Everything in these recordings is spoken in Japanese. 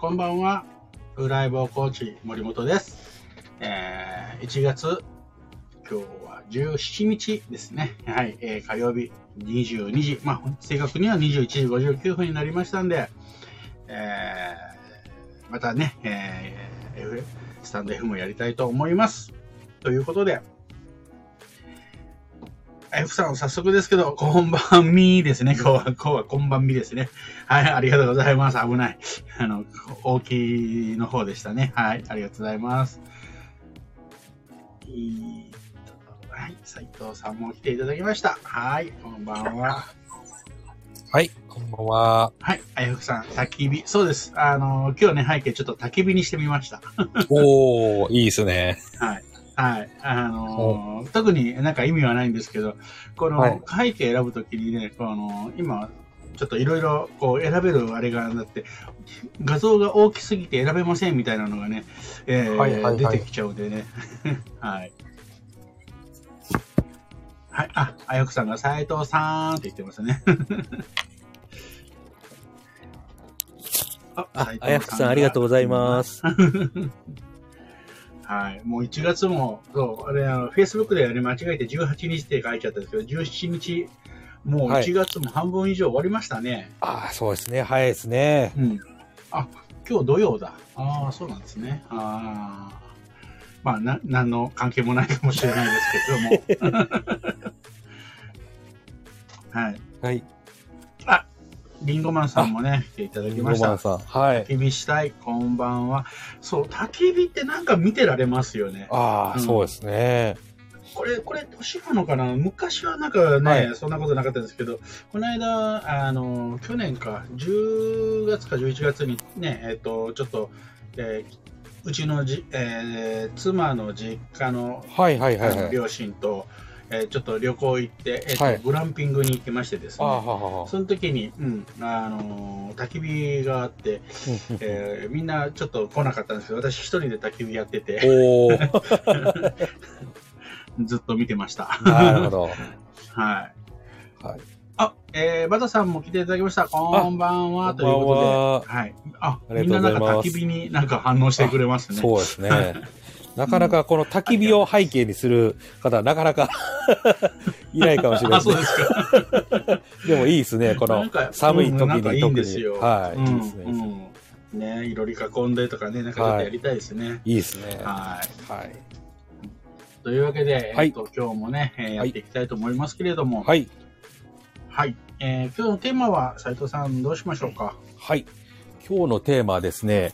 こんばんは。風来坊コーチ森本です。1月、今日は17日ですね。はい、火曜日22時、正確には21時59分になりましたんで、またね、スタンド F もやりたいと思います。ということで、F さん、早速ですけど、こんばんみですね。今日はこんばんみですね。はい、ありがとうございます。危ない。大きいの方でしたね。はい、ありがとうございます。はい、斉藤さんも来ていただきました。はい、こんばんは。 はい、こんばんは。 はい、F さん、焚き火。そうです。今日ね、背景ちょっと焚き火にしてみました。 おー、いいですね。 はい。はい。特になんか意味はないんですけど、この背景選ぶときにね、今、ちょっといろいろこう選べるあれがあって、画像が大きすぎて選べませんみたいなのがね、出てきちゃうんでね。はい。はい。あやくさんが斉藤さんって言ってますね。 あやくさんありがとうございます。 はい。もう1月も、Facebook ではね、間違えて18日って書いちゃったんですけど、17日、もう1月も半分以上終わりましたね。 はい、そうですね。早いですね。 うん。今日土曜だ。そうなんですね。何の関係もないかもしれないですけども。はい。 はい。 リンゴマンさんもね、来ていただきました。リンゴマンさん。はい。焚き火したい。こんばんは。そう、焚き火ってなんか見てられますよね。 そうですね。 これ、年なのかな？昔はなんかね、そんなことなかったんですけど、この間、去年か、10月か11月にね、ちょっと、うちの妻の実家の両親と、ちょっと旅行行って、グランピングに行きましてですね、その時に、焚き火があって、みんなちょっと来なかったんですけど、私一人で焚き火やってて、ずっと見てました。 なるほど。 はい。バタさんも来ていただきました。こんばんは。ということで。はい。みんななんか焚き火になんか反応してくれますね。 そうですね。なかなかこの焚き火を背景にする方はなかなかいないかもしれないですね。 そうですか。 でもいいですね。この寒い時に特に。 いいんですよ。 はい。いいですね。 ね、いろり囲んでとかね、なんかちょっとやりたいですね。 いいですね。 はい。というわけで、今日もね、やっていきたいと思いますけれども。はい。はい。今日のテーマは、斉藤さんどうしましょうか。 はい。今日のテーマはですね、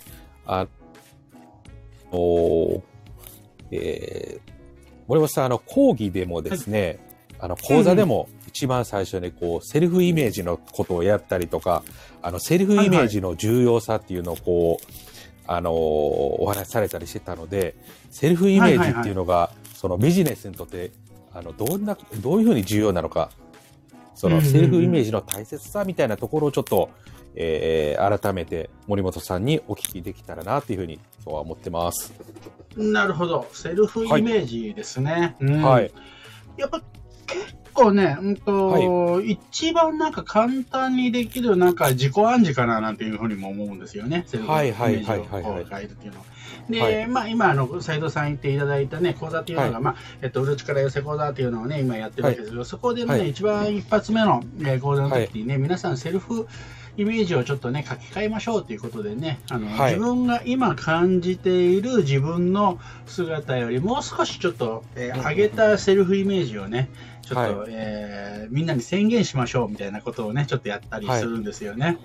森本さん、講義でもですね、講座でも一番最初にこう、セルフイメージのことをやったりとか、セルフイメージの重要さっていうのをこう、お話しされたりしてたので、セルフイメージっていうのが、そのビジネスにとって、どういうふうに重要なのか、そのセルフイメージの大切さみたいなところをちょっと、改めて森本さんにお聞きできたらなというふうに今日は思ってます。 なるほど。セルフイメージですね。はい。やっぱ結構ね、一番なんか簡単にできるなんか自己暗示かななんていうふうにも思うんですよね。セルフイメージを変えるっていうのは。で、今斉藤さん言っていただいたね、講座っていうのが、うる力寄せ講座っていうのをね、今やってるわけですけど、そこでね、一番一発目の講座の時にね、皆さんセルフイメージをちょっとね、書き換えましょうということでね、自分が今感じている自分の姿よりもう少しちょっと、上げたセルフイメージをね、ちょっと、みんなに宣言しましょうみたいなことをね、ちょっとやったりするんですよね。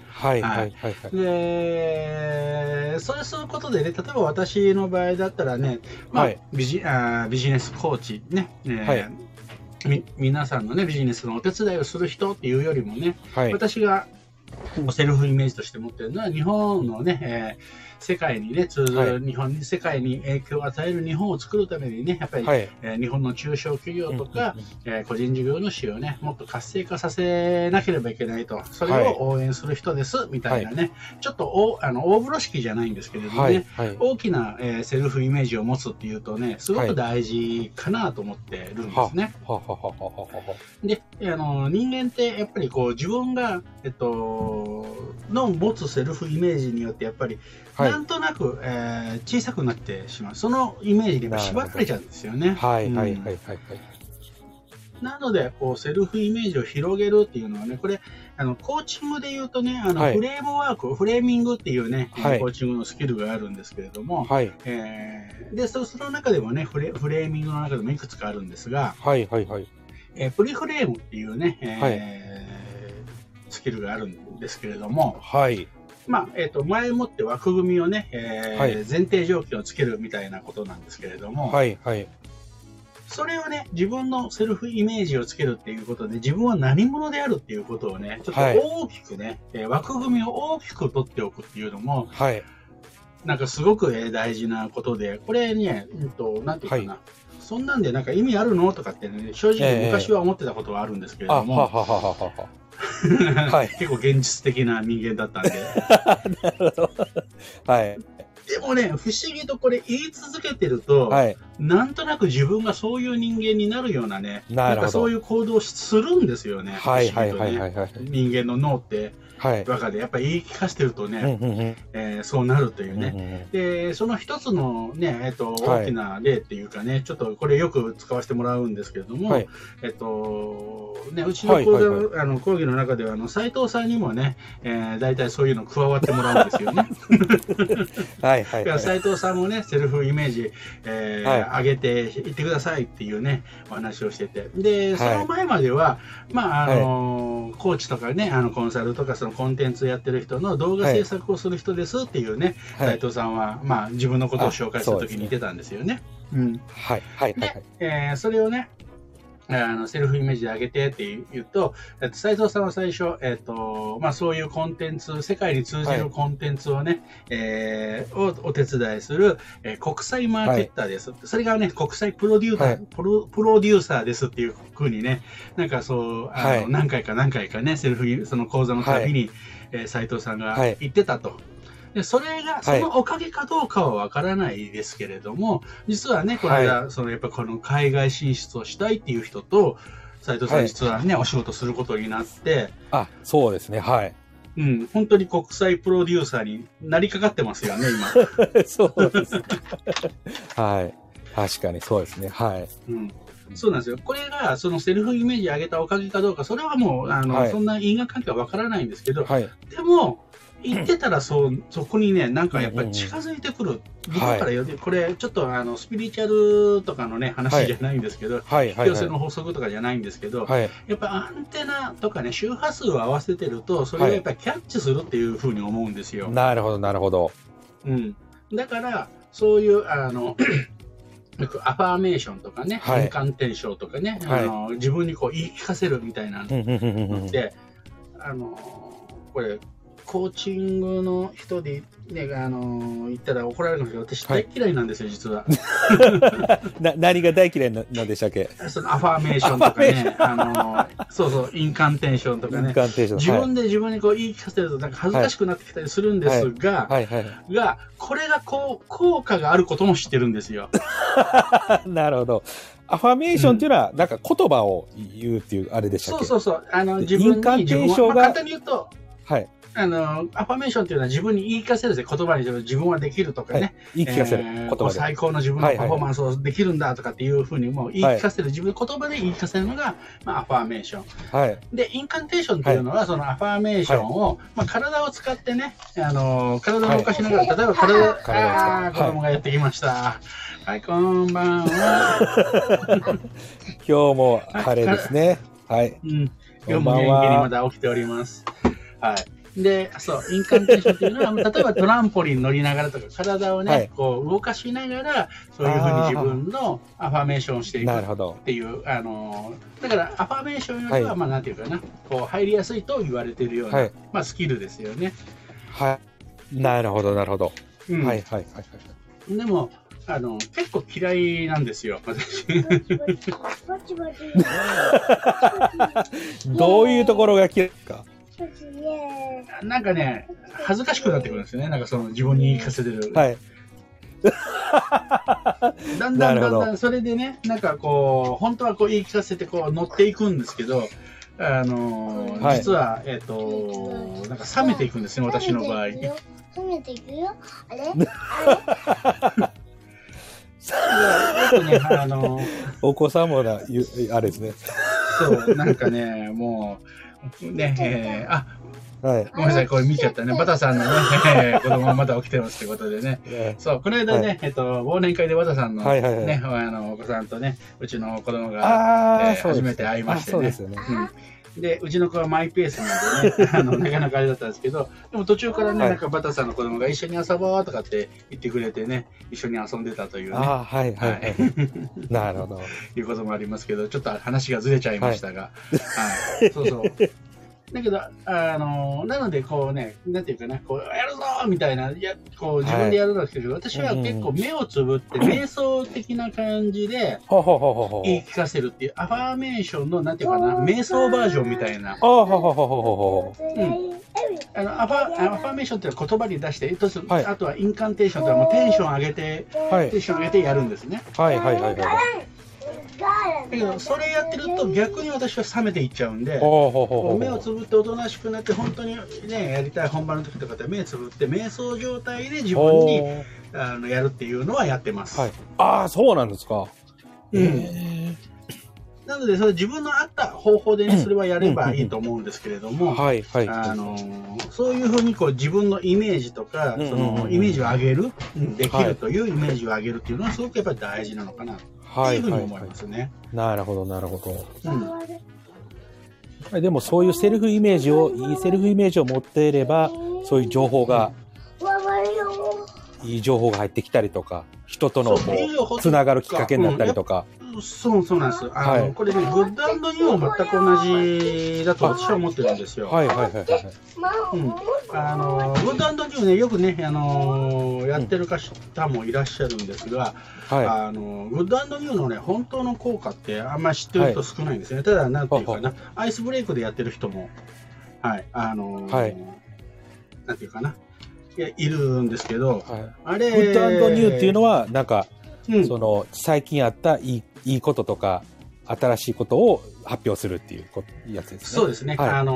で、そうすることでね、例えば私の場合だったらね、ビジネスコーチね、皆さんのね、ビジネスのお手伝いをする人っていうよりもね、私がセルフイメージとして持っているのは日本のね、世界にね通ずる、世界に影響を与える日本を作るためにねやっぱり、日本の中小企業とか、個人事業主をねもっと活性化させなければいけないと、それを応援する人ですみたいなね、ちょっと大風呂敷じゃないんですけれどもね、大きな、セルフイメージを持つっていうとねすごく大事かなと思ってるんですね。で、人間ってやっぱりこう自分が、 の持つセルフイメージによってやっぱり、なんとなく、小さくなってしまう。そのイメージに縛られちゃうんですよね。なので、セルフイメージを広げるっていうのはね、これ、コーチングで言うとね、フレームワーク、フレーミングっていうね、コーチングのスキルがあるんですけれども、で、その中でもね、フレーミングの中でもいくつかあるんですが、プリフレームっていうね、スキルがあるんですけれども、前もって枠組みをね、前提条件をつけるみたいなことなんですけれども、それをね、自分のセルフイメージをつけるっていうことで、自分は何者であるっていうことをね、ちょっと大きくね、枠組みを大きく取っておくっていうのも、なんかすごく大事なことで、これね、なんていうかな、そんなんでなんか意味あるのとかってね、正直昔は思ってたことはあるんですけれども、結構現実的な人間だったんで。なるほど。でもね、不思議とこれ言い続けてると、なんとなく自分がそういう人間になるようなね、なんかそういう行動をするんですよね。人間の脳って、バカで、やっぱり言い聞かせてるとね、そうなるというね。で、その一つのね、大きな例っていうかね、ちょっとこれよく使わせてもらうんですけれども、ね、うちの講義の中では、斉藤さんにもね、大体そういうの加わってもらうんですよね。斉藤さんもね、セルフイメージ、上げていってくださいっていうね、お話をしてて。で、その前までは、まあ、コーチとかね、コンサルとか、そのコンテンツやってる人の動画制作をする人ですっていうね、斉藤さんは、まあ、自分のことを紹介した時に言ってたんですよね。で、それをね、セルフイメージで上げてって言うと、斉藤さんは最初、まあ、そういうコンテンツ、世界に通じるコンテンツをね、をお手伝いする、国際マーケッターです。それがね、国際プロデューサーですっていう風にね、なんかそう、何回かね、その講座のたびに、斉藤さんが言ってたと。でそれが、そのおかげかどうかはわからないですけれども、実はね、この間、やっぱこの海外進出をしたいっていう人と、斉藤さん実はね、お仕事することになって、 そうですね、 本当に国際プロデューサーになりかかってますよね、今。 そうですね。確かにそうですね、 そうなんですよ。これが、そのセルフイメージ上げたおかげかどうか、それはもう、そんな因果関係はわからないんですけど、でも、言ってたらそこにね、なんかやっぱり近づいてくる。僕から言うと、これちょっとスピリチュアルとかのね、話じゃないんですけど、引き寄せの法則とかじゃないんですけど、やっぱアンテナとかね、周波数を合わせてると、それをやっぱりキャッチするっていうふうに思うんですよ。 なるほど、なるほど。 だから、そういう、アファーメーションとかね、インカンテンションとかね、自分にこう言い聞かせるみたいなので、これ、コーチングの人で、ね、言ったら怒られるんですけど、私大嫌いなんですよ、実は。 何が大嫌いなんでしたっけ？ そのアファーメーションとかね、そうそう、インカンテンションとかね、自分で自分にこう言い聞かせるとなんか恥ずかしくなってきたりするんですが、これが効果があることも知ってるんですよ。 なるほど。アファメーションっていうのは、なんか言葉を言うっていうあれでしたっけ？ そう。自分に簡単に言うと、アファメーションっていうのは自分に言い聞かせるんですよ。言葉に自分はできるとかね。 言い聞かせる。言葉で。 最高の自分のパフォーマンスをできるんだとかっていうふうにもう言い聞かせる、自分の言葉で言い聞かせるのが、アファメーション。で、インカンテーションっていうのは、そのアファメーションを、体を使ってね、体を動かしながら、例えば子供がやってきました。こんばんは。 今日も晴れですね。 今日も元気にまだ起きております。で、そう、インカンテーションっていうのは、例えばトランポリン乗りながらとか、体をね、こう動かしながら、そういうふうに自分のアファメーションをしていくっていう、だからアファメーションよりは、なんていうかな、こう入りやすいと言われているような、スキルですよね。 なるほど、なるほど。でも、結構嫌いなんですよ、私。 どういうところが嫌いか。 なんかね、恥ずかしくなってくるんですよね。なんかその自分に言い聞かせてる。だんだんそれでね、なんかこう、本当はこう言い聞かせてこう乗っていくんですけど、 実は、なんか冷めていくんですね、私の場合。 冷めていくよ。あれよくね、 お子さんもあれですね。 そう、なんかね、もう、ね、 はい。 ごめんなさい、これ見ちゃったね。バタさんのね、子供がまだ起きてますってことでね。そう、この間ね、忘年会でバタさんのね、お子さんとね、うちの子供が、初めて会いましてね。 そうですよね。 で、うちの子はマイペースなんでね、なかなかあれだったんですけど、でも途中からね、なんかバタさんの子供が一緒に遊ぼうとかって言ってくれてね、一緒に遊んでたというね。 はいはい。なるほど。 いうこともありますけど、ちょっと話がずれちゃいましたが、はい。そうそう。だけど、なので、こうね、なんていうかな、こう、やるぞみたいな、こう、自分でやるんですけど、私は結構目をつぶって、瞑想的な感じで、言い聞かせるっていう、アファーメーションの、なんていうかな、瞑想バージョンみたいな。アファーメーションって言葉に出して、あとはインカンテーションってもうテンション上げて、やるんですね。だけど、それやってると逆に私は冷めていっちゃうんで、目をつぶっておとなしくなって、本当にね、やりたい本番の時とかって目つぶって瞑想状態で自分にやるっていうのはやってます。 そうなんですか。 なので、それ自分の合った方法でね、それはやればいいと思うんですけれども、そういうふうにこう自分のイメージとか、そのイメージを上げる、できるというイメージを上げるっていうのはすごくやっぱり大事なのかなというふうに思いますね。 なるほど、なるほど。でもそういうセルフイメージを、いいセルフイメージを持っていれば、そういう情報が、いい情報が入ってきたりとか、人とのつながるきっかけになったりとか。 そうなんです。これね、グッド&ニューも全く同じだと私は思ってるんですよ。グッド&ニューね、よくね、やってる方もいらっしゃるんですが、グッド&ニューのね、本当の効果ってあんまり知ってる人少ないんですよね。ただ、なんていうかな、アイスブレイクでやってる人も、なんていうかな、いるんですけど、あれ、 グッド&ニューっていうのは、なんか、その最近あったいいこととか新しいことを発表するっていうやつですね。 そうですね。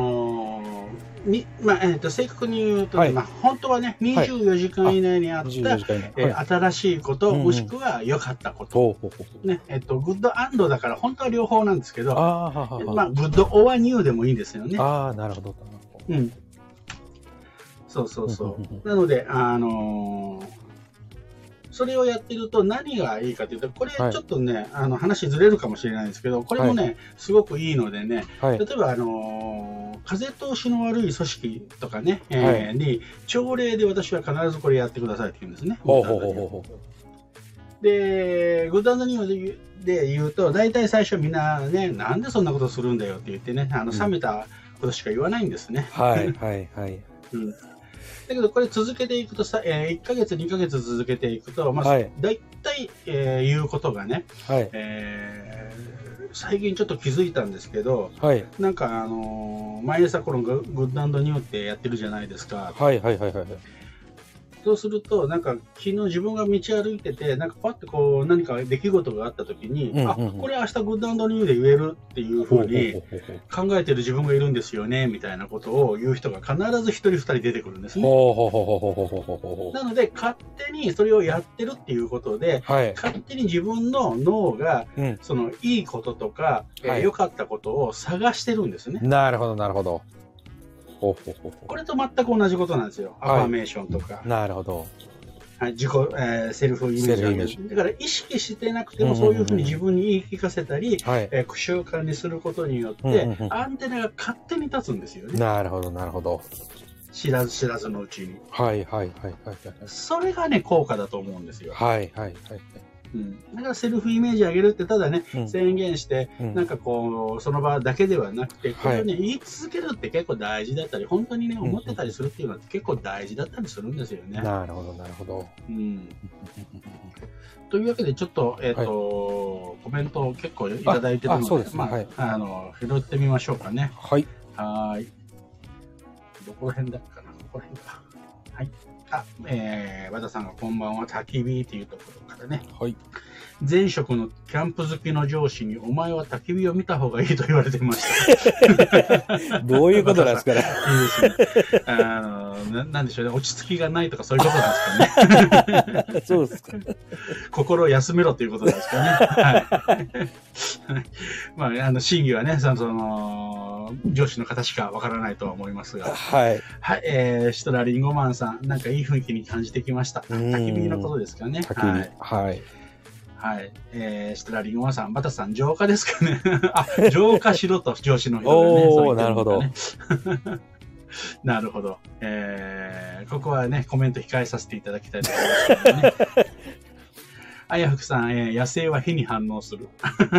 正確に言うと、本当はね、24時間以内にあった新しいこと、もしくは良かったこと。ね、グッド&だから本当は両方なんですけど、グッドオアニューでもいいんですよね。 なるほど。 そう。なので、それをやってると何がいいかというと、これちょっとね、話ずれるかもしれないんですけど、これもね、すごくいいのでね、例えば、風通しの悪い組織とかね、に、朝礼で私は必ずこれやってくださいって言うんですね。で、グッド&ニューで言うと、大体最初みんなね、なんでそんなことするんだよって言ってね、冷めたことしか言わないんですね。だけど、これ続けていくと1ヶ月、2ヶ月続けていくと、大体、言うことがね、最近ちょっと気づいたんですけど、なんか、毎朝このグッド&ニューってやってるじゃないですか。そうすると、なんか、昨日自分が道歩いてて、なんかパッとこう、何か出来事があった時に、これ明日グッド&ニューで言えるっていうふうに考えてる自分がいるんですよね、みたいなことを言う人が必ず一人二人出てくるんですね。なので、勝手にそれをやってるっていうことで、勝手に自分の脳が、その、いいこととか、良かったことを探してるんですね。 なるほど。 これと全く同じことなんですよ。アファーメーションとか。 なるほど。 セルフイメージ。だから意識してなくてもそういうふうに自分に言い聞かせたり、習慣にすることによって、アンテナが勝手に立つんですよね。 なるほど。 知らずのうちに。それがね、効果だと思うんですよ。だからセルフイメージ上げるってただね、宣言して、なんかこう、その場だけではなくて、これをね、言い続けるって結構大事だったり、本当にね、思ってたりするっていうのは結構大事だったりするんですよね。 なるほど。 というわけで、ちょっと、コメントを結構いただいてるので、拾ってみましょうかね。どこら辺だっかな、ここら辺か。 和田さんがこんばんは、焚き火っていうところからね。 はい。 前職のキャンプ好きの上司に、お前は焚き火を見た方がいいと言われてました。 どういうことなんですかね。 いいですね。なんでしょうね。落ち着きがないとかそういうことなんですかね。 そうですか。 心を休めろということなんですかね。はい。まあ、真偽はね、その、上司の方しかわからないとは思いますが。 はい。 はい、シトラリンゴマンさん、なんかいい雰囲気に感じてきました。焚き火のことですかね。 焚き火。はい。 はい。シトラリンゴマンさん、バタさん、浄化ですかね。あ、浄化しろと、上司の人がね。 おー、なるほど。 なるほど。ここはね、コメント控えさせていただきたいと思いますけどね。あやふくさん、野生は火に反応する。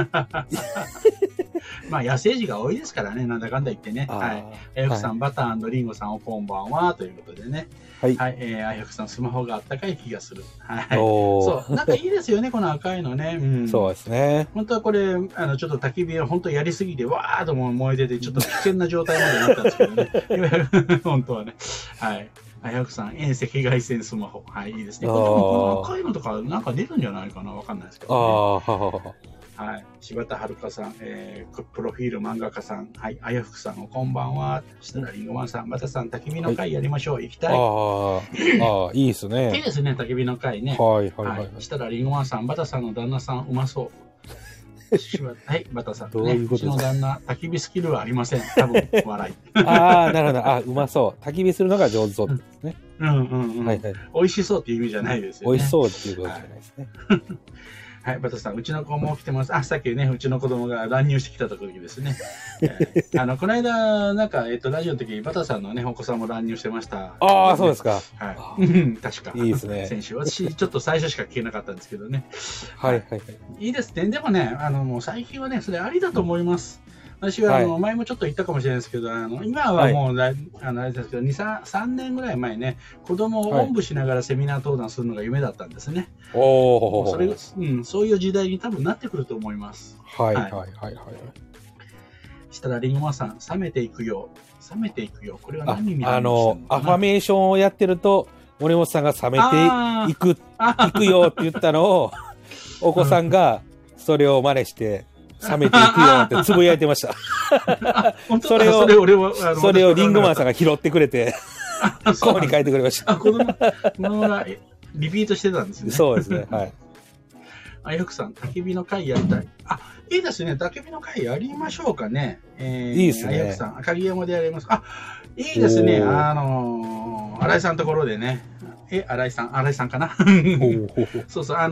まあ、野生児が多いですからね、なんだかんだ言ってね。はい。あやふくさん、バターリンゴさん、おこんばんは、ということでね。はい。はい。あやふくさん、スマホがあったかい気がする。はい。そう。なんかいいですよね、この赤いのね。うん。 そうですね。 本当はこれ、ちょっと焚き火を本当やりすぎて、わーっと燃えてて、ちょっと危険な状態までなったんですけどね。本当はね。はい。あやふくさん、赤外線スマホ。はい、いいですね。この赤いのとか、なんか出るんじゃないかなわかんないですけど、ね。はい。柴田遥さん、プロフィール漫画家さん、はい。あやふくさん、こんばんは。したらりんごマンさん、またさん、焚き火の会やりましょう。はい、行きたい。 いいですね。 いいですね、焚き火の会ね。 はいはいはい。 したらりんごマンさん、バタさんの旦那さん、うまそう。はい、バタさん、ね。 どういうことですか？ うちの旦那、焚き火スキルはありません。多分、笑い。 なるほど。うまそう。焚き火するのが上手そうですね。 はいはい。美味しそうっていう意味じゃないですよね。 美味しそうっていうことじゃないですね。 はい、バタさん、うちの子も起きてます。さっきね、うちの子供が乱入してきた時ですね。この間、なんか、ラジオの時、バタさんのね、お子さんも乱入してました。 そうですか。 はい。確か。 いいですね。 先週。私、ちょっと最初しか聞けなかったんですけどね。 はいはいはい。 いいですね。でもね、もう最近はね、それありだと思います。私は、前もちょっと言ったかもしれないですけど、今はもう、あれですけど、3年ぐらい前ね、子供をおんぶしながらセミナー登壇するのが夢だったんですね。それが、そういう時代に多分なってくると思います。 はいはいはいはい。 したら、リンゴマさん、冷めていくよ。冷めていくよ。これは何にアファメーションをやってると、森本さんが冷めていくよって言ったのを、お子さんがそれを真似して、冷めていくよってつぶやいてました。それをリンゴマンさんが拾ってくれて、ここに書いてくれました。 子供がリピートしてたんですね。 そうですね。はい。 あやふくさん、焚き火の会やりたい。いいですね。焚き火の会やりましょうかね。 いいですね。 あやふくさん、赤城山でやります。いいですね。新井さんのところでね。新井さんかな。そうそう、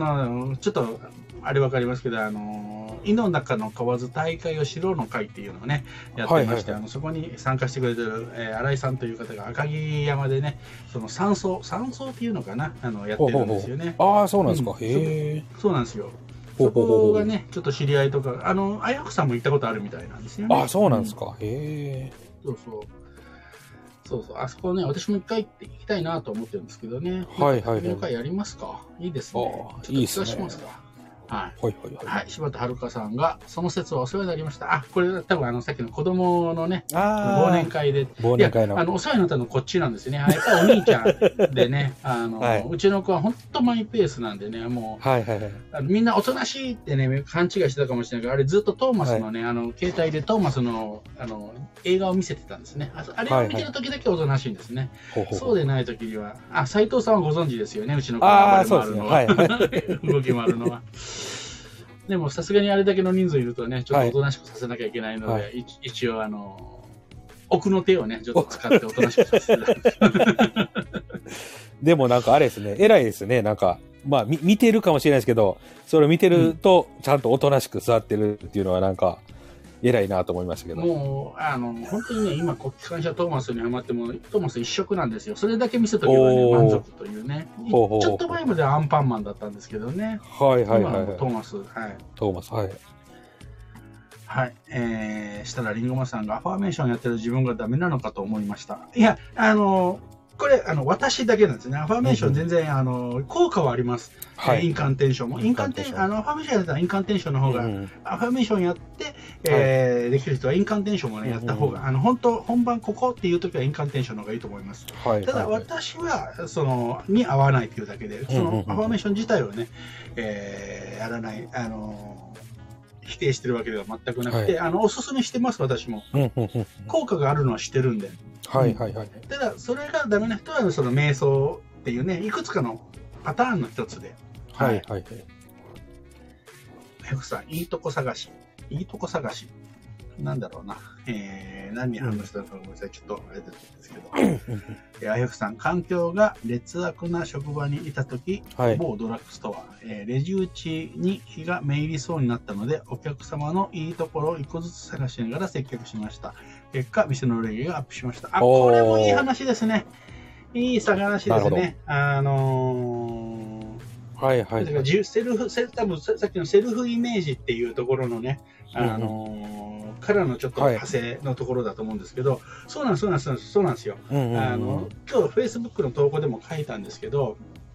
ちょっと、あれわかりますけど、井の中の河津大会を城の会っていうのをね、やってまして、そこに参加してくれてる、新井さんという方が赤城山でね、その山荘っていうのかな、やってるんですよね。 そうなんですか。へえ。 そうなんですよ。そこがね、ちょっと知り合いとか、あやふさんも行ったことあるみたいなんですよね。 そうなんですか。へえ。 そう、あそこね、私も一回行きたいなと思ってるんですけどね。 はいはい。 今回やりますか。いいですね。 いいですね。 しますか。はい。 はい。 柴田遥さんが、その説はお世話になりました。これ多分さっきの子供のね、忘年会で。 忘年会の。 お世話になったのこっちなんですよね。やっぱりお兄ちゃんでね、うちの子は本当マイペースなんでね、もう、みんなおとなしいってね、勘違いしてたかもしれないけど、あれずっとトーマスのね、携帯でトーマスの、映画を見せてたんですね。あれを見てる時だけおとなしいんですね。そうでない時には、斉藤さんはご存知ですよね、うちの子が暴れ回るのは。動き回るのは。でもさすがにあれだけの人数いるとね、ちょっとおとなしくさせなきゃいけないので、一応奥の手をね、ちょっと使っておとなしくさせてでもなんかあれですね、偉いですね。なんか、見てるかもしれないですけど、それを見てると、ちゃんとおとなしく座ってるっていうのはなんか、偉いなと思いましたけど。 もう、本当にね、今、国機関車トーマスにハマっても、トーマス一色なんですよ。それだけ見せとけばね、満足というね。ちょっと前まではアンパンマンだったんですけどね。 今はトーマス、 トーマス、 はい。したら、リンゴマさんがアファーメーションやってる自分がダメなのかと思いました。いや、ここれ、私だけなんですね。アファメーション全然、効果はあります。 はい。 インカンテンションも。インカンテンション、アファメーションやったらインカンテンションの方が、アファメーションやって、できる人はインカンテンションをね、やった方が、本番ここっていう時はインカンテンションの方がいいと思います。はい。ただ、私は、に合わないっていうだけで、そのアファメーション自体をね、やらない、否定してるわけでは全くなくて、おすすめしてます、私も。効果があるのは知ってるんで。 はいはいはい。 ただ、それがダメな人は、その瞑想っていうね、いくつかのパターンの一つで。 はいはいはい。 F さん、いいとこ探し。いいとこ探し。なんだろうな。何に反応したのかごめんなさい。ちょっとあれだったんですけど。F さん、環境が劣悪な職場にいたとき、某ドラッグストア、レジ打ちに火がめいりそうになったので、お客様のいいところを一個ずつ探しながら接客しました。結果、店の売り上げがアップしました。あ、これもいい話ですね。いい話ですね。はいはい。だから多分さっきのセルフイメージっていうところのね、からのちょっと派生のところだと思うんですけど、そうなんですよ。今日、Facebook の投稿でも書いたんですけど、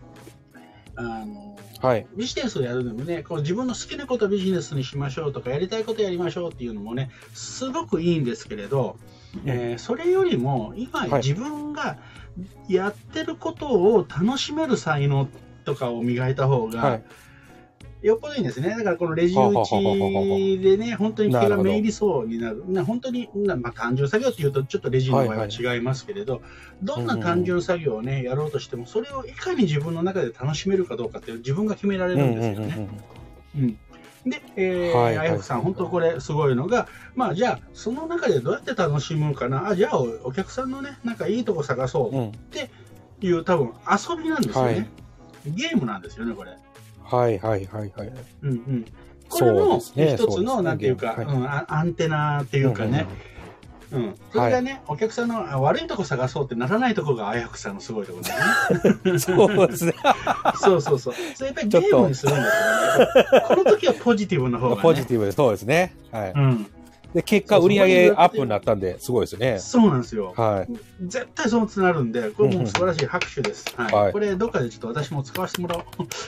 ビジネスをやるのもね、こう自分の好きなことをビジネスにしましょうとか、やりたいことやりましょうっていうのもね、すごくいいんですけれど、それよりも、今自分がやってることを楽しめる才能とかを磨いた方が、よっぽどいいんですね。だからこのレジ打ちでね、本当に気がめいりそうになる。本当に、単純作業っていうとちょっとレジの場合は違いますけれど、どんな単純作業をね、やろうとしても、それをいかに自分の中で楽しめるかどうかって自分が決められるんですよね。で、あやふさん、本当これすごいのが、じゃあ、その中でどうやって楽しむかな。じゃあ、お客さんのね、なんかいいとこ探そうっていう多分遊びなんですよね。ゲームなんですよね、これ。 はいはいはいはい。 これの一つの、なんていうか、アンテナっていうかね。それがね、お客さんの悪いとこ探そうってならないところがあやふさんのすごいところだね。 そうですね。 そう。それやっぱりゲームにするんですよね。この時はポジティブの方がね。 ポジティブで、そうですね。はい。で、結果、売り上げアップになったんで、すごいですね。 そうなんですよ。絶対そうなるんで、これもう素晴らしい拍手です。これ、どっかでちょっと私も使わせてもらおう。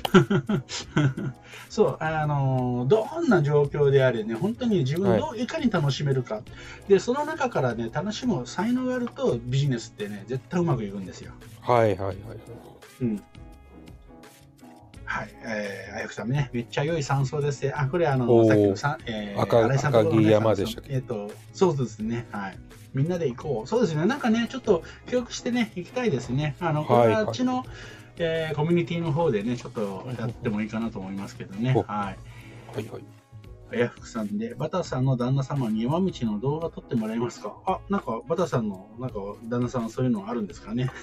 そう、どんな状況であれね、本当に自分をいかに楽しめるか。で、その中からね、楽しむ才能があると、ビジネスってね、絶対うまくいくんですよ。はい。あやふさんね、めっちゃ良い山荘ですね。これさっきの赤城山でしたっけ？ そうですね。みんなで行こう。そうですね。なんかね、ちょっと記憶してね、行きたいですね。これはあっちの、コミュニティの方でね、ちょっとやってもいいかなと思いますけどね。あやふさんで、バタさんの旦那様に山道の動画撮ってもらえますか？なんか、バタさんの、なんか、旦那さんそういうのあるんですかね。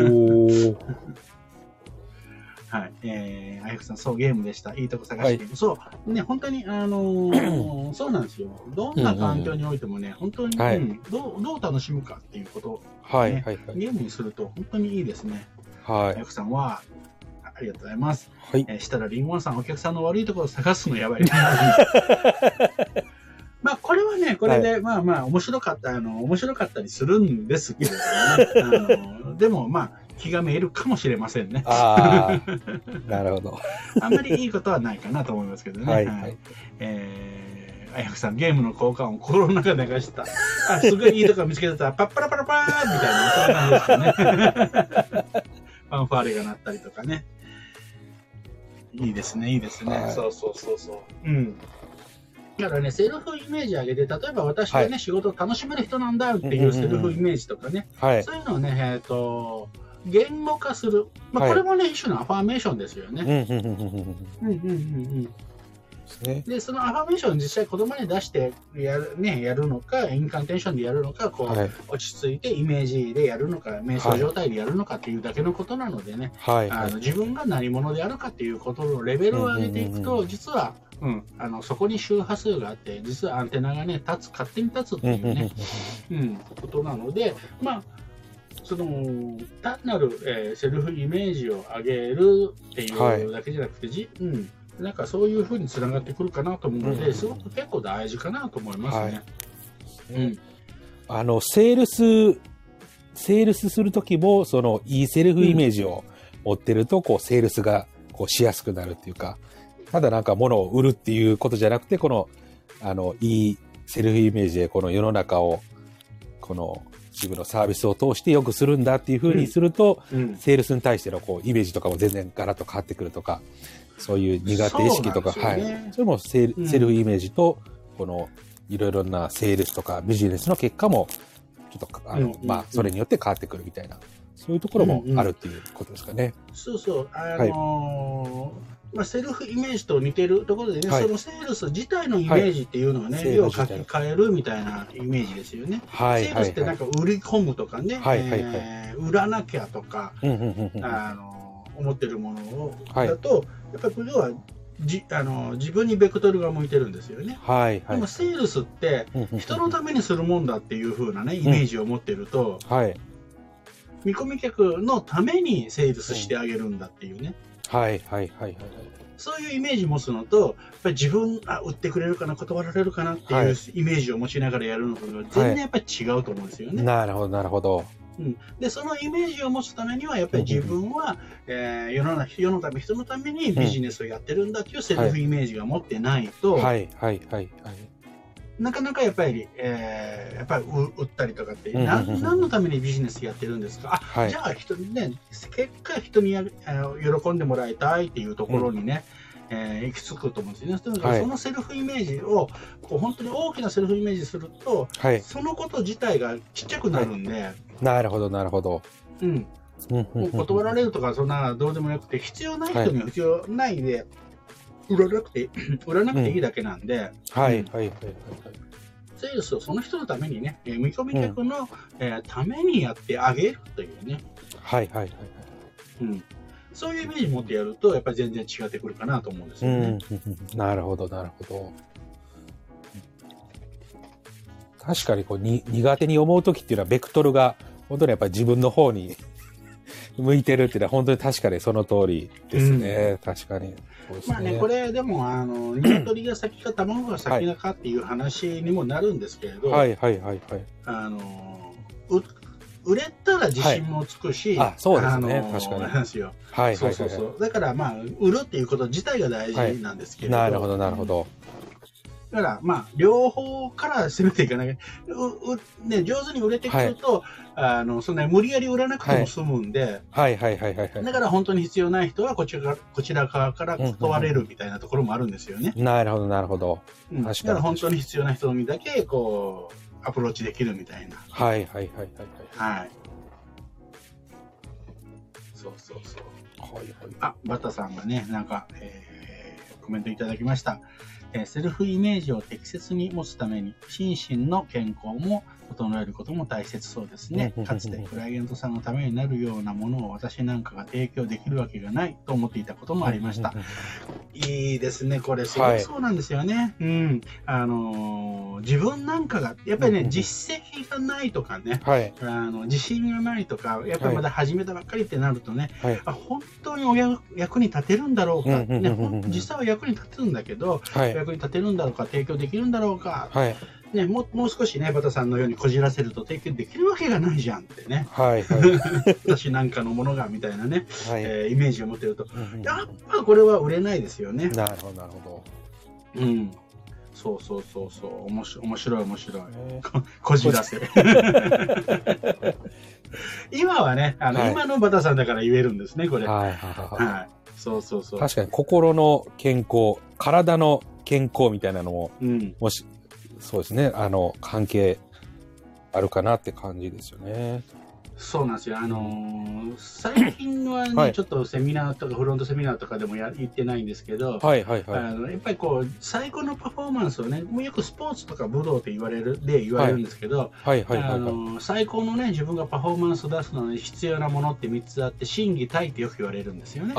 あやふさん、そう、ゲームでした。いいとこ探して、そう、ね、本当に、そうなんですよ。どんな環境においてもね、本当に、どう楽しむかっていうこと、ゲームにすると本当にいいですね。あやふさんは、ありがとうございます。したら、りんごさん、お客さんの悪いところを探すのやばい。これはね、これで、面白かったりするんですけれどもね。でも、気がめいるかもしれませんね。 なるほど。 あんまりいいことはないかなと思いますけどね。あやふさん、ゲームの効果音、心の中で流した。すごいいいとこ見つけたら、パッパラパラパーみたいな、そういう感じですかね。ファンファーレが鳴ったりとかね。いいですね。そう。だからね、セルフイメージ上げて、例えば私がね、仕事を楽しめる人なんだっていうセルフイメージとかね、そういうのをね、言語化する。これもね、一種のアファーメーションですよね。で、そのアファーメーションを実際子供に出してやるのか、インカンテンションでやるのか、落ち着いてイメージでやるのか、瞑想状態でやるのかっていうだけのことなのでね、自分が何者であるかっていうことのレベルを上げていくと、実は、そこに周波数があって、実はアンテナがね、勝手に立つっていうね、ことなので、その単なる、セルフイメージを上げるっていうだけじゃなくて、なんかそういうふうにつながってくるかなと思うので、すごく結構大事かなと思いますね。 セールスセールスするときも、その、いいセルフイメージを持ってると、こう、セールスが、こう、しやすくなるっていうか、ただなんか物を売るっていうことじゃなくて、この、いいセルフイメージで、この世の中を、この、自分のサービスを通して良くするんだっていう風にすると、セールスに対してのこうイメージとかも全然ガラッと変わってくるとか、そういう苦手意識とか、はい。それもセルフイメージと、このいろいろなセールスとかビジネスの結果も、ちょっとまあ、それによって変わってくるみたいな、そういうところもあるっていうことですかね。 そうそう。まあ、セルフイメージと似てるところでね、そのセールス自体のイメージっていうのはね、要は書き換えるみたいなイメージですよね。セールスってなんか売り込むとかね、売らなきゃとか、思ってるものをだと、やっぱり要は自分にベクトルが向いてるんですよね。でもセールスって人のためにするもんだっていう風なね、イメージを持ってると、見込み客のためにセールスしてあげるんだっていうね。そういうイメージ持つのと、やっぱり自分、売ってくれるかな、断られるかなっていうイメージを持ちながらやるのと全然やっぱり違うと思うんですよね。 なるほど、なるほど。 で、そのイメージを持つためには、やっぱり自分は、世のため、人のためにビジネスをやってるんだっていうセルフイメージが持ってないと、なかなかやっぱり売ったりとかって、何のためにビジネスやってるんですか、じゃあ人にね、結果人に喜んでもらいたいっていうところにね、行き着くと思うんですよね。そのセルフイメージをこう本当に大きなセルフイメージすると、そのこと自体がちっちゃくなるんで。 なるほど、なるほど。 断られるとかそんなどうでもよくて、必要ない人には必要ないで、売らなくていいだけなんで。セールスをその人のためにね、見込み客のためにやってあげるというね。そういうイメージ持ってやると、やっぱり全然違ってくるかなと思うんですよね。 なるほど、なるほど。確かにこう苦手に思うときっていうのは、ベクトルが本当にやっぱり自分の方に向いてるっていうのは、本当に確かにその通りですね。確かに。 まあね、これでも鶏が先か卵が先かっていう話にもなるんですけれど、売れたら自信もつくし、 そうですね、確かに。 なんですよ。だからまあ売るっていうこと自体が大事なんですけれど。 なるほど、なるほど。 だからまあ両方から攻めていかなきゃ、ね、上手に売れてくると、そんな無理やり売らなくても済むんで、だから本当に必要ない人はこちら側から断れるみたいなところもあるんですよね。 なるほど、なるほど。 だから本当に必要な人のみだけこうアプローチできるみたいな。そうそうそう。バタさんがね、なんか、コメントいただきました。セルフイメージを適切に持つために心身の健康も整えることも大切そうですね。かつてクライアントさんのためになるようなものを私なんかが提供できるわけがないと思っていたこともありました。いいですね、これすごくそうなんですよね。自分なんかがやっぱりね、実績がないとかね、自信がないとか、やっぱりまだ始めたばっかりってなるとね、本当に役に立てるんだろうか、実際は役に立てるんだけど、役に立てるんだろうか、提供できるんだろうか、もう少しね、バタさんのようにこじらせると提供できるわけがないじゃんってね、私なんかのものがみたいなね、イメージを持ってると、やっぱこれは売れないですよね。 なるほど、なるほど。 そう面白いこじらせ今はね、今のバタさんだから言えるんですね、これ。そう確かに心の健康、体の健康みたいなのも、もしそうですね、関係あるかなって感じですよね。 そうなんですよ。最近はね、ちょっとセミナーとかフロントセミナーとかでも言ってないんですけど、やっぱりこう最高のパフォーマンスをね、もうよくスポーツとか武道って言われるんですけど、最高のね、自分がパフォーマンスを出すのに必要なものって3つあって、心技体ってよく言われるんですよね。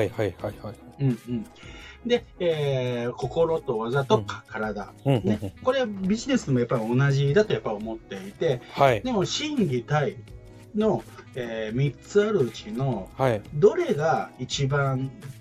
で、心と技と体、これはビジネスもやっぱり同じだとやっぱ思っていて、でも心技体の、3つあるうちのどれが一番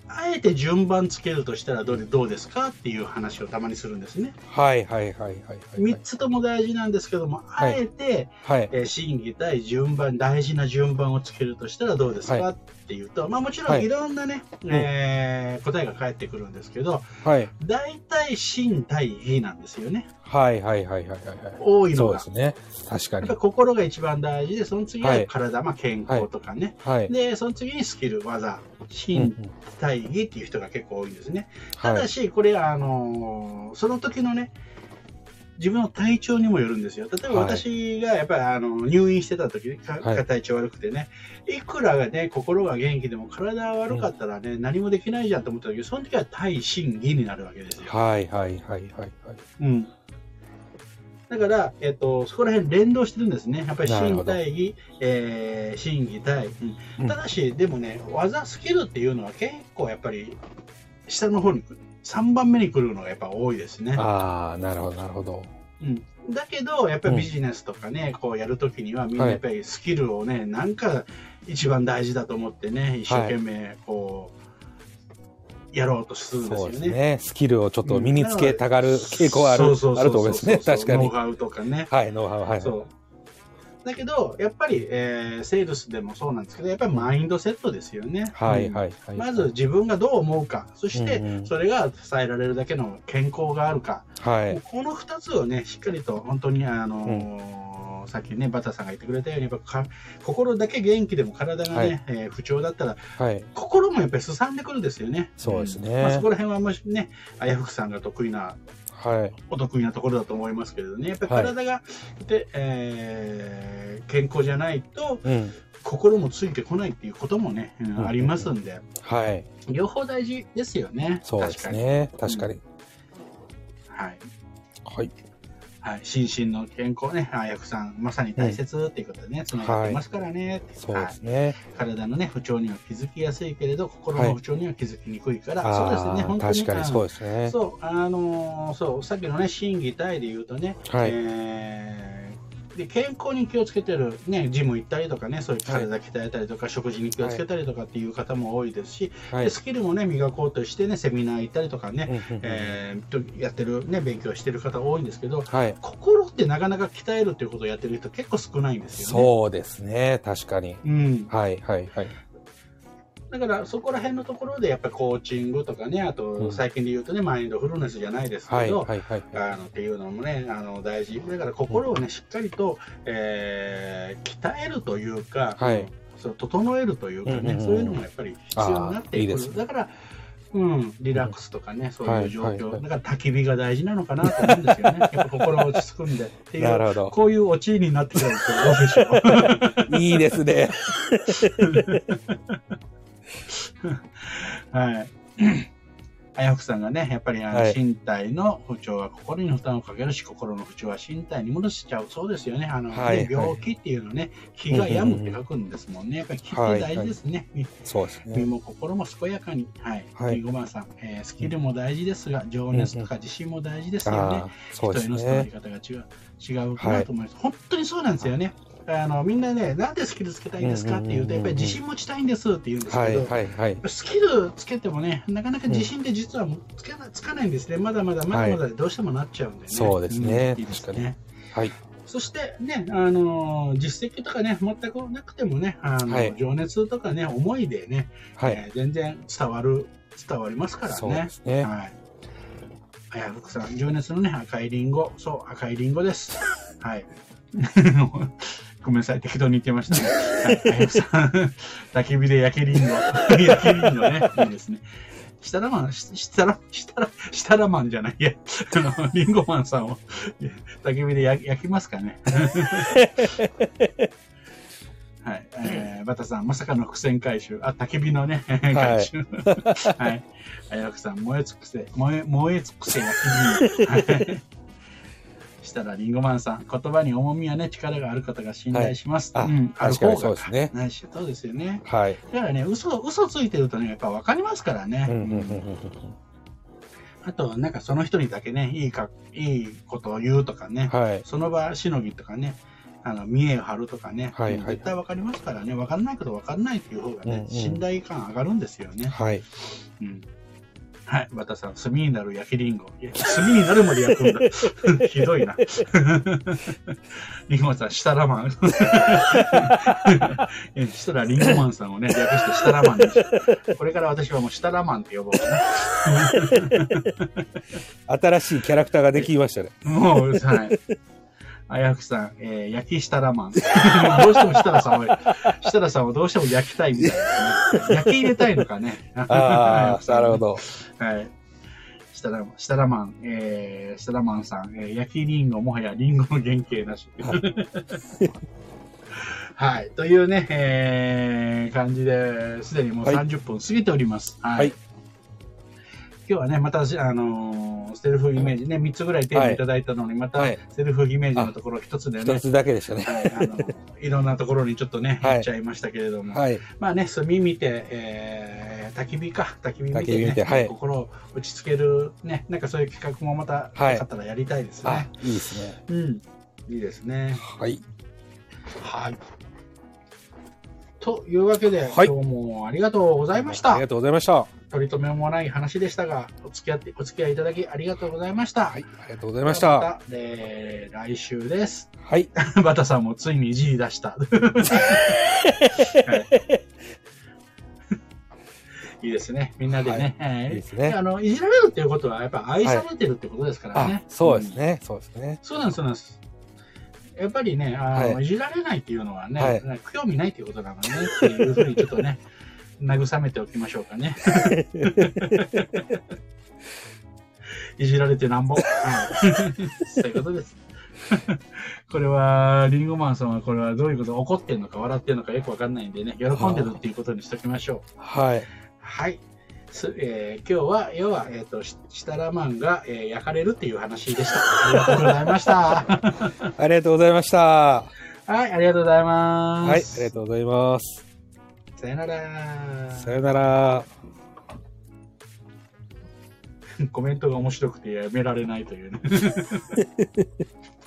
あえて順番つけるとしたらどうですかっていう話をたまにするんですね。 はいはいはいはい。 3つとも大事なんですけども、あえて、心技体順番、大事な順番をつけるとしたらどうですかっていうと、まあもちろんいろんなね、答えが返ってくるんですけど、大体心体技なんですよね。 はいはいはいはいはい。 多いのが。 そうですね。確かに。 やっぱ心が一番大事で、その次は体、まあ健康とかね。で、その次にスキル、技、心体技っていう人が結構多いんですね。ただし、これ、その時のね、自分の体調にもよるんですよ。例えば私がやっぱり入院してた時、体調悪くてね、いくらがね、心が元気でも体が悪かったらね、何もできないじゃんと思った時、その時は体心技になるわけですよ。 はいはいはいはい。 うん。だから、そこら辺連動してるんですね。やっぱり心体技、心技体。ただし、でもね、技、スキルっていうのは結構やっぱり、下の方に来る。3番目に来るのがやっぱ多いですね。 ああ、なるほど、なるほど。 うん。だけど、やっぱりビジネスとかね、こうやるときには、みんなやっぱりスキルをね、なんか一番大事だと思ってね、一生懸命、こう、やろうとするんですよね。そうですね。 スキルをちょっと身につけたがる傾向があると思うんですね。確かに。 ノウハウとかね。 はい、ノウハウ、はい。 そう。だけど、やっぱり、セールスでもそうなんですけど、やっぱりマインドセットですよね。 はいはいはい。 まず自分がどう思うか、そしてそれが伝えられるだけの健康があるか、この2つをね、しっかりと本当にさっきね、バタさんが言ってくれたように、やっぱ心だけ元気でも体がね、不調だったら、心もやっぱりすさんでくるんですよね。 そうですね。 そこら辺はあんまりね、あやふくさんが得意な、お得意なところだと思いますけれどね、やっぱり体が、健康じゃないと、心もついてこないっていうこともね、ありますんで、両方大事ですよね。 そうですね。確かに。 はい。 はい。 はい、心身の健康ね、あやふさん、まさに大切っていうことでね、つながってますからね。 そうですね。 体のね、不調には気づきやすいけれど、心の不調には気づきにくいから、そうですね、本当に。 確かにそうですね。 そう、そう、さっきのね、心技体で言うとね、で健康に気をつけてる、ね、ジム行ったりとかね、そういう体鍛えたりとか、食事に気をつけたりとかっていう方も多いですし、でスキルもね、磨こうとしてね、セミナー行ったりとかね、やってる、ね、勉強してる方多いんですけど、心ってなかなか鍛えるっていうことをやってる人結構少ないんですよね。 そうですね、確かに。はいはいはい。 だからそこら辺のところでやっぱりコーチングとかね、あと最近で言うとね、マインドフルネスじゃないですけど、っていうのもね、大事。だから心をね、しっかりと、鍛えるというか、整えるというかね、そういうのもやっぱり必要になってくる。だから、リラックスとかね、そういう状況。だから焚き火が大事なのかなと思うんですよね。やっぱ心が落ち着くんで。っていう、こういうオチになってくるんですけど、どうでしょう。 いいですね。 はい。あやふくさんがね、やっぱり身体の不調は心に負担をかけるし、心の不調は身体に戻しちゃう。そうですよね。病気っていうのね、気が病むって書くんですもんね。やっぱり気って大事ですね。 そうですね。 身も心も健やかに。はい。5番さん、スキルも大事ですが、情熱とか自信も大事ですよね。人への伝わり方が違うかなと思います。本当にそうなんですよね。みんなね、なんでスキルつけたいんですかって言うと、やっぱり自信持ちたいんですって言うんですけど、スキルつけてもね、なかなか自信って実はつかないんですね。まだまだどうしてもなっちゃうんでね。 そうですね。 いいですね。 はい。 そしてね、実績とかね、全くなくてもね、情熱とかね、思いでね、全然伝わりますからね。 そうですね。 はい。あやふくさん、情熱のね、赤いリンゴ。そう、赤いリンゴです。はい。ごめんなさい、適当に言ってましたね。はい、あやふさん、焚き火で焼きリンゴ。焼きリンゴね、いいですね。設楽マンじゃないや、リンゴマンさんを焚き火で焼きますかね。はい、バタさん、まさかの伏線回収。焚き火のね、回収。はい。あやふくさん、燃え尽くせ焼きリンゴ。したらリンゴマンさん、言葉に重みやね、力がある方が信頼します。ある方がそうですね。ないし、そうですよね。はい。だからね、嘘ついてるとね、やっぱ分かりますからね。あと、なんかその人にだけね、いいことを言うとかね、その場しのぎとかね、 見栄を張るとかね、 はいはい絶対わかりますからね、わかんないことわかんないっていう方がね、 うんうん信頼感上がるんですよね。 はい。 うん。はい、バタさん、炭になる焼きリンゴ。いや、炭になるまで焼くんだ。ひどいな。リンゴさん、シタラマン。したらリンゴマンさんをね、略してシタラマンにして。これから私はもうシタラマンって呼ぼうかな。 新しいキャラクターができましたね。 もう、はい。あやふさん、焼きしたらマン。どうしても設楽さんをどうしても焼きたいみたいですね。焼き入れたいのかね。 ああ、なるほど。 はい。設楽マンさん、焼きリンゴもはやリンゴの原型なし。はい。というね、感じで、すでにもう30分過ぎております。はい。はい今日はね、また、セルフイメージね、3つぐらいテーマいただいたのに、また、セルフイメージのところ1つでね。 1つだけでしたね。 いろんなところにちょっとね、行っちゃいましたけれども。まあね、炭見て、焚き火見てね、心を落ち着ける、ね、なんかそういう企画もまた、よかったらやりたいですね。 いいですね。 うん。いいですね。 はい。 はい。というわけで、今日もありがとうございました。 ありがとうございました。 取り留めもない話でしたが、お付き合いいただきありがとうございました。 はい、ありがとうございました。 また、来週です。 はい。 バタさんもついにいじり出した。いいですね。みんなでね。いいですね。いじられるっていうことは、やっぱ愛されてるってことですからね。 そうですね。そうですね。 そうなんです。やっぱりね、いじられないっていうのはね、興味ないっていうことなのね、っていうふうにちょっとね、慰めておきましょうかね。いじられてなんぼ。そういうことです。これは、リンゴマンさんはこれはどういうこと、怒ってんのか笑ってんのかよくわかんないんでね、喜んでるっていうことにしときましょう。 はい。 はい。今日は、要は、シタラマンが、焼かれるっていう話でした。ありがとうございました。 ありがとうございました。 はい、ありがとうございます。 はい、ありがとうございます。 さよなら。 さよなら。 コメントが面白くてやめられないというね。